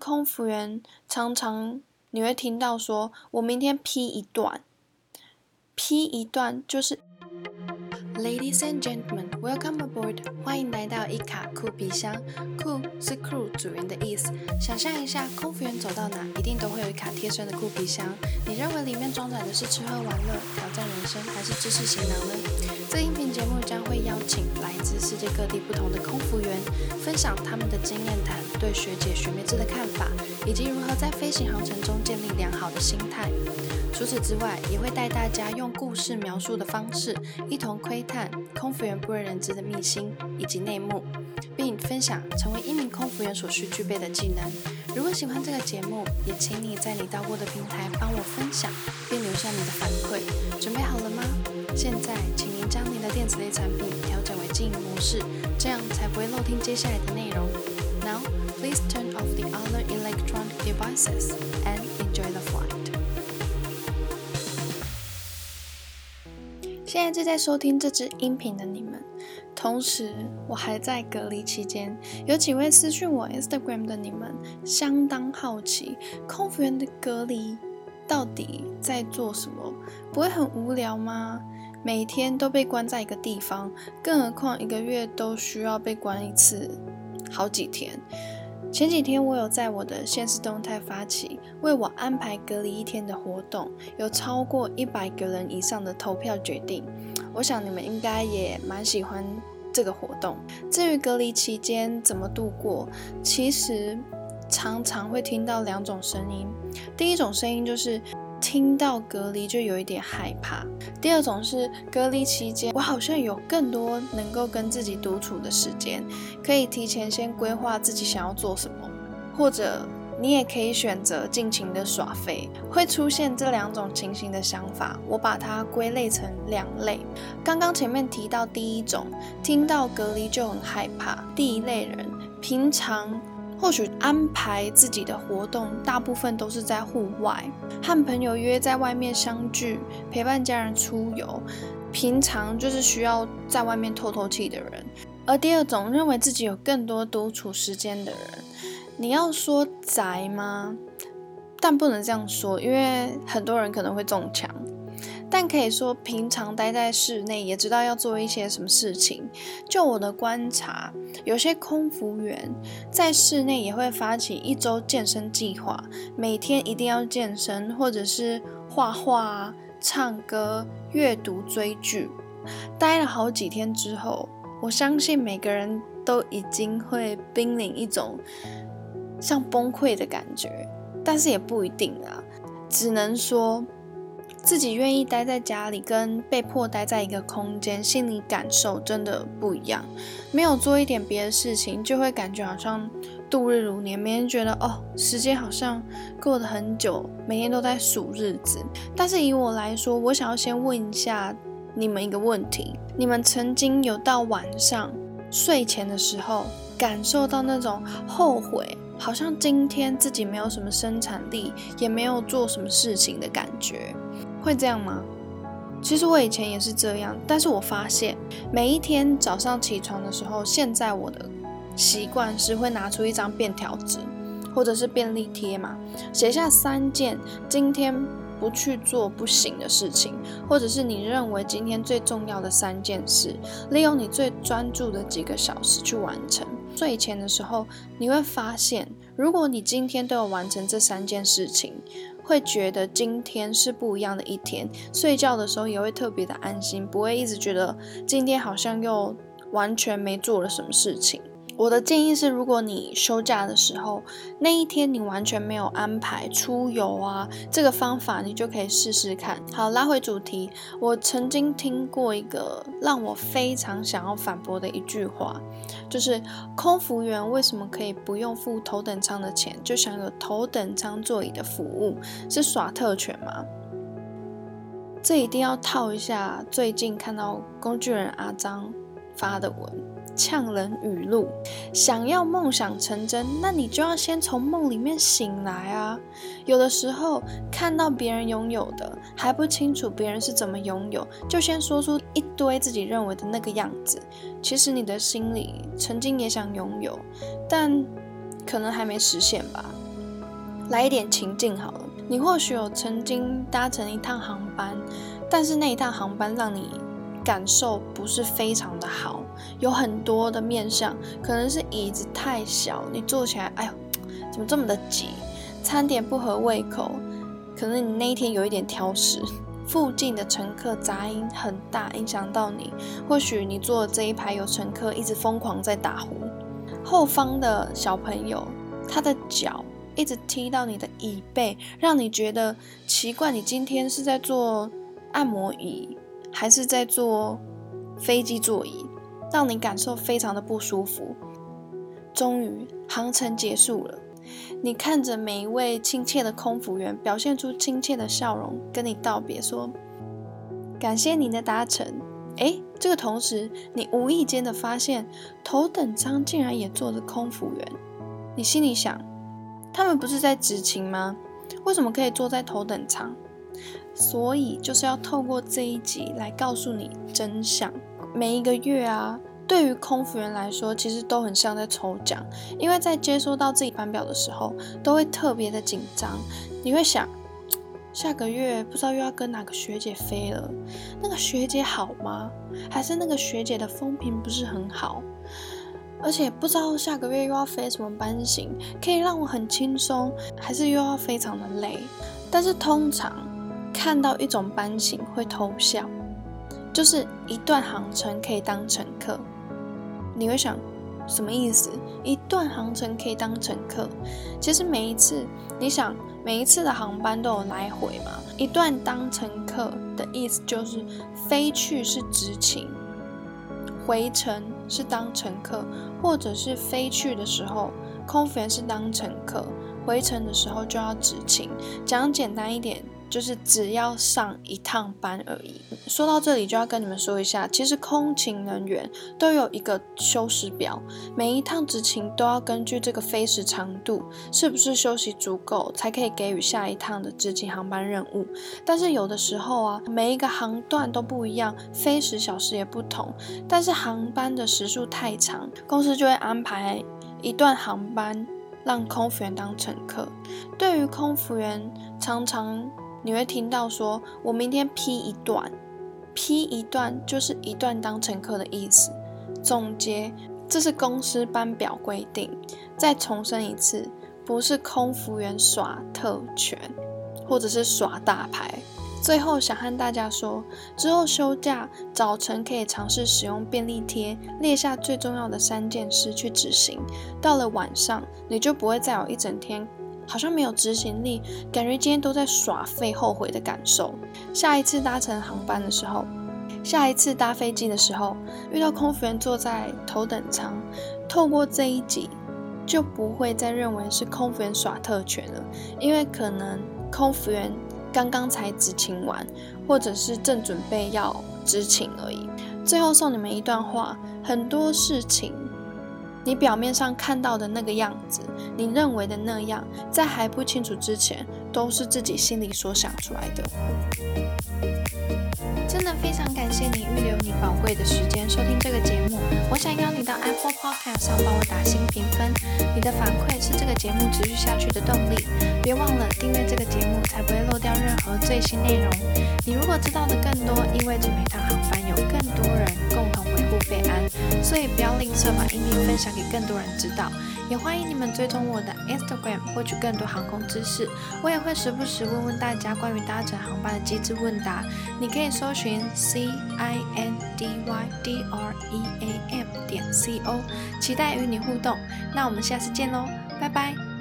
空服员常常你会听到说我明天批一段就是 Ladies and gentlemen, welcome aboard. 欢迎来到一卡酷皮箱。酷是 crew 组员的意思。想象一下，空服员走到哪，一定都会有一卡贴身的酷皮箱。你认为里面装载的是吃喝玩乐、挑战人生，还是知识行囊呢？这个音频节目将会邀请来自世界各地不同的空服员，分享他们的经验谈、对学姐学妹制的看法，以及如何在飞行航程中建立良好的心态。除此之外，也会带大家用故事描述的方式，一同窥探空服员不为人知的秘辛以及内幕，并分享成为一名空服员所需具备的技能。如果喜欢这个节目，也请你在你到过的平台帮我分享，并留下你的反馈。准备好了吗？现在，请您将您的电子类产品调整为静音模式，这样才不会漏听接下来的内容。Now, please turn off the other electronic devices and enjoy the flight. 现在正在收听这支音频的你们，同时我还在隔离期间，有几位私讯我 Instagram 的你们相当好奇，空服员的隔离到底在做什么？不会很无聊吗？每天都被关在一个地方，更何况1个月都需要被关一次，好几天。前几天我有在我的限时动态发起为我安排隔离1天的活动，有超过100个人以上的投票决定，我想你们应该也蛮喜欢这个活动。至于隔离期间怎么度过，其实常常会听到2种声音。第一种声音就是听到隔离就有一点害怕，第二种是隔离期间我好像有更多能够跟自己独处的时间，可以提前先规划自己想要做什么，或者你也可以选择尽情的耍废。会出现这2种情形的想法，我把它归类成2类。刚刚前面提到第一种，听到隔离就很害怕，第一类人平常或许安排自己的活动大部分都是在户外，和朋友约在外面相聚，陪伴家人出游，平常就是需要在外面透透气的人。而第二种认为自己有更多独处时间的人，你要说宅吗？但不能这样说，因为很多人可能会中枪。但可以说平常待在室内也知道要做一些什么事情。就我的观察，有些空服员在室内也会发起1周健身计划，每天一定要健身，或者是画画、唱歌、阅读、追剧。待了好几天之后，我相信每个人都已经会濒临一种像崩溃的感觉，但是也不一定啊，只能说自己愿意待在家里跟被迫待在一个空间，心理感受真的不一样。没有做一点别的事情，就会感觉好像度日如年，每天觉得时间好像过得很久，每天都在数日子。但是以我来说，我想要先问一下你们一个问题，你们曾经有到晚上睡前的时候感受到那种后悔，好像今天自己没有什么生产力，也没有做什么事情的感觉？会这样吗？其实我以前也是这样，但是我发现每一天早上起床的时候，现在我的习惯是会拿出一张便条纸或者是便利贴嘛，写下3件今天不去做不行的事情，或者是你认为今天最重要的3件事，利用你最专注的几个小时去完成。睡前的时候你会发现，如果你今天都有完成这3件事情，会觉得今天是不一样的一天，睡觉的时候也会特别的安心，不会一直觉得今天好像又完全没做了什么事情。我的建议是，如果你休假的时候，那一天你完全没有安排出游啊，这个方法你就可以试试看。好，拉回主题，我曾经听过一个让我非常想要反驳的一句话，就是空服员为什么可以不用付头等舱的钱就享有头等舱座椅的服务，是耍特权吗？这一定要套一下最近看到工具人阿张发的文，呛人语录，想要梦想成真，那你就要先从梦里面醒来啊。有的时候看到别人拥有的，还不清楚别人是怎么拥有，就先说出一堆自己认为的那个样子，其实你的心里曾经也想拥有，但可能还没实现吧。 来一点情境好了，你或许有曾经搭乘一趟航班，但是那一趟航班让你感受不是非常的好，有很多的面向，可能是椅子太小，你坐起来，哎呦，怎么这么的挤？餐点不合胃口，可能你那一天有一点挑食，附近的乘客杂音很大，影响到你。或许你坐的这一排有乘客一直疯狂在打呼，后方的小朋友他的脚一直踢到你的椅背，让你觉得奇怪，你今天是在坐按摩椅还是在坐飞机座椅，让你感受非常的不舒服。终于航程结束了，你看着每一位亲切的空服员表现出亲切的笑容跟你道别，说感谢您的搭乘。这个同时你无意间的发现头等舱竟然也坐着空服员，你心里想，他们不是在执勤吗？为什么可以坐在头等舱？所以就是要透过这一集来告诉你真相。每一个月啊，对于空服员来说其实都很像在抽奖，因为在接收到自己班表的时候都会特别的紧张，你会想下个月不知道又要跟哪个学姐飞了，那个学姐好吗？还是那个学姐的风评不是很好？而且不知道下个月又要飞什么班型，可以让我很轻松，还是又要非常的累。但是通常看到一种班型会偷笑，就是一段航程可以当乘客。你会想什么意思？一段航程可以当乘客？其实每一次的航班都有来回嘛，一段当乘客的意思就是飞去是执勤，回程是当乘客，或者是飞去的时候空服员是当乘客，回程的时候就要执勤。讲简单一点，就是只要上一趟班而已。说到这里就要跟你们说一下，其实空勤人员都有一个休时表，每一趟执勤都要根据这个飞时长度是不是休息足够，才可以给予下一趟的执勤航班任务。但是有的时候啊，每一个航段都不一样，飞时小时也不同，但是航班的时数太长，公司就会安排一段航班让空服员当乘客。对于空服员，常常你会听到说我明天批一段就是一段当乘客的意思。总结，这是公司班表规定。再重申一次，不是空服员耍特权或者是耍大牌。最后想和大家说，之后休假早晨可以尝试使用便利贴列下最重要的3件事去执行，到了晚上你就不会再有一整天好像没有执行力，感觉今天都在耍废后悔的感受。下一次搭乘航班的时候，下一次搭飞机的时候，遇到空服员坐在头等舱，透过这一集就不会再认为是空服员耍特权了，因为可能空服员刚刚才执勤完，或者是正准备要执勤而已。最后送你们一段话，很多事情你表面上看到的那个样子，你认为的那样，在还不清楚之前，都是自己心里所想出来的。真的非常感谢你预留你宝贵的时间收听这个节目。我想邀你到 Apple Podcast 上帮我打新评分，你的反馈是这个节目持续下去的动力。别忘了订阅这个节目，才不会漏掉任何最新内容。你如果知道的更多，意味着每趟航班有更多人共同维护飞安，所以不要吝啬把音频分享给更多人知道。也欢迎你们追踪我的 Instagram 获取更多航空知识，我也会时不时问问大家关于搭乘航班的机智问答，你可以搜寻 CINDYDREAM.co， 期待与你互动。那我们下次见咯，拜拜。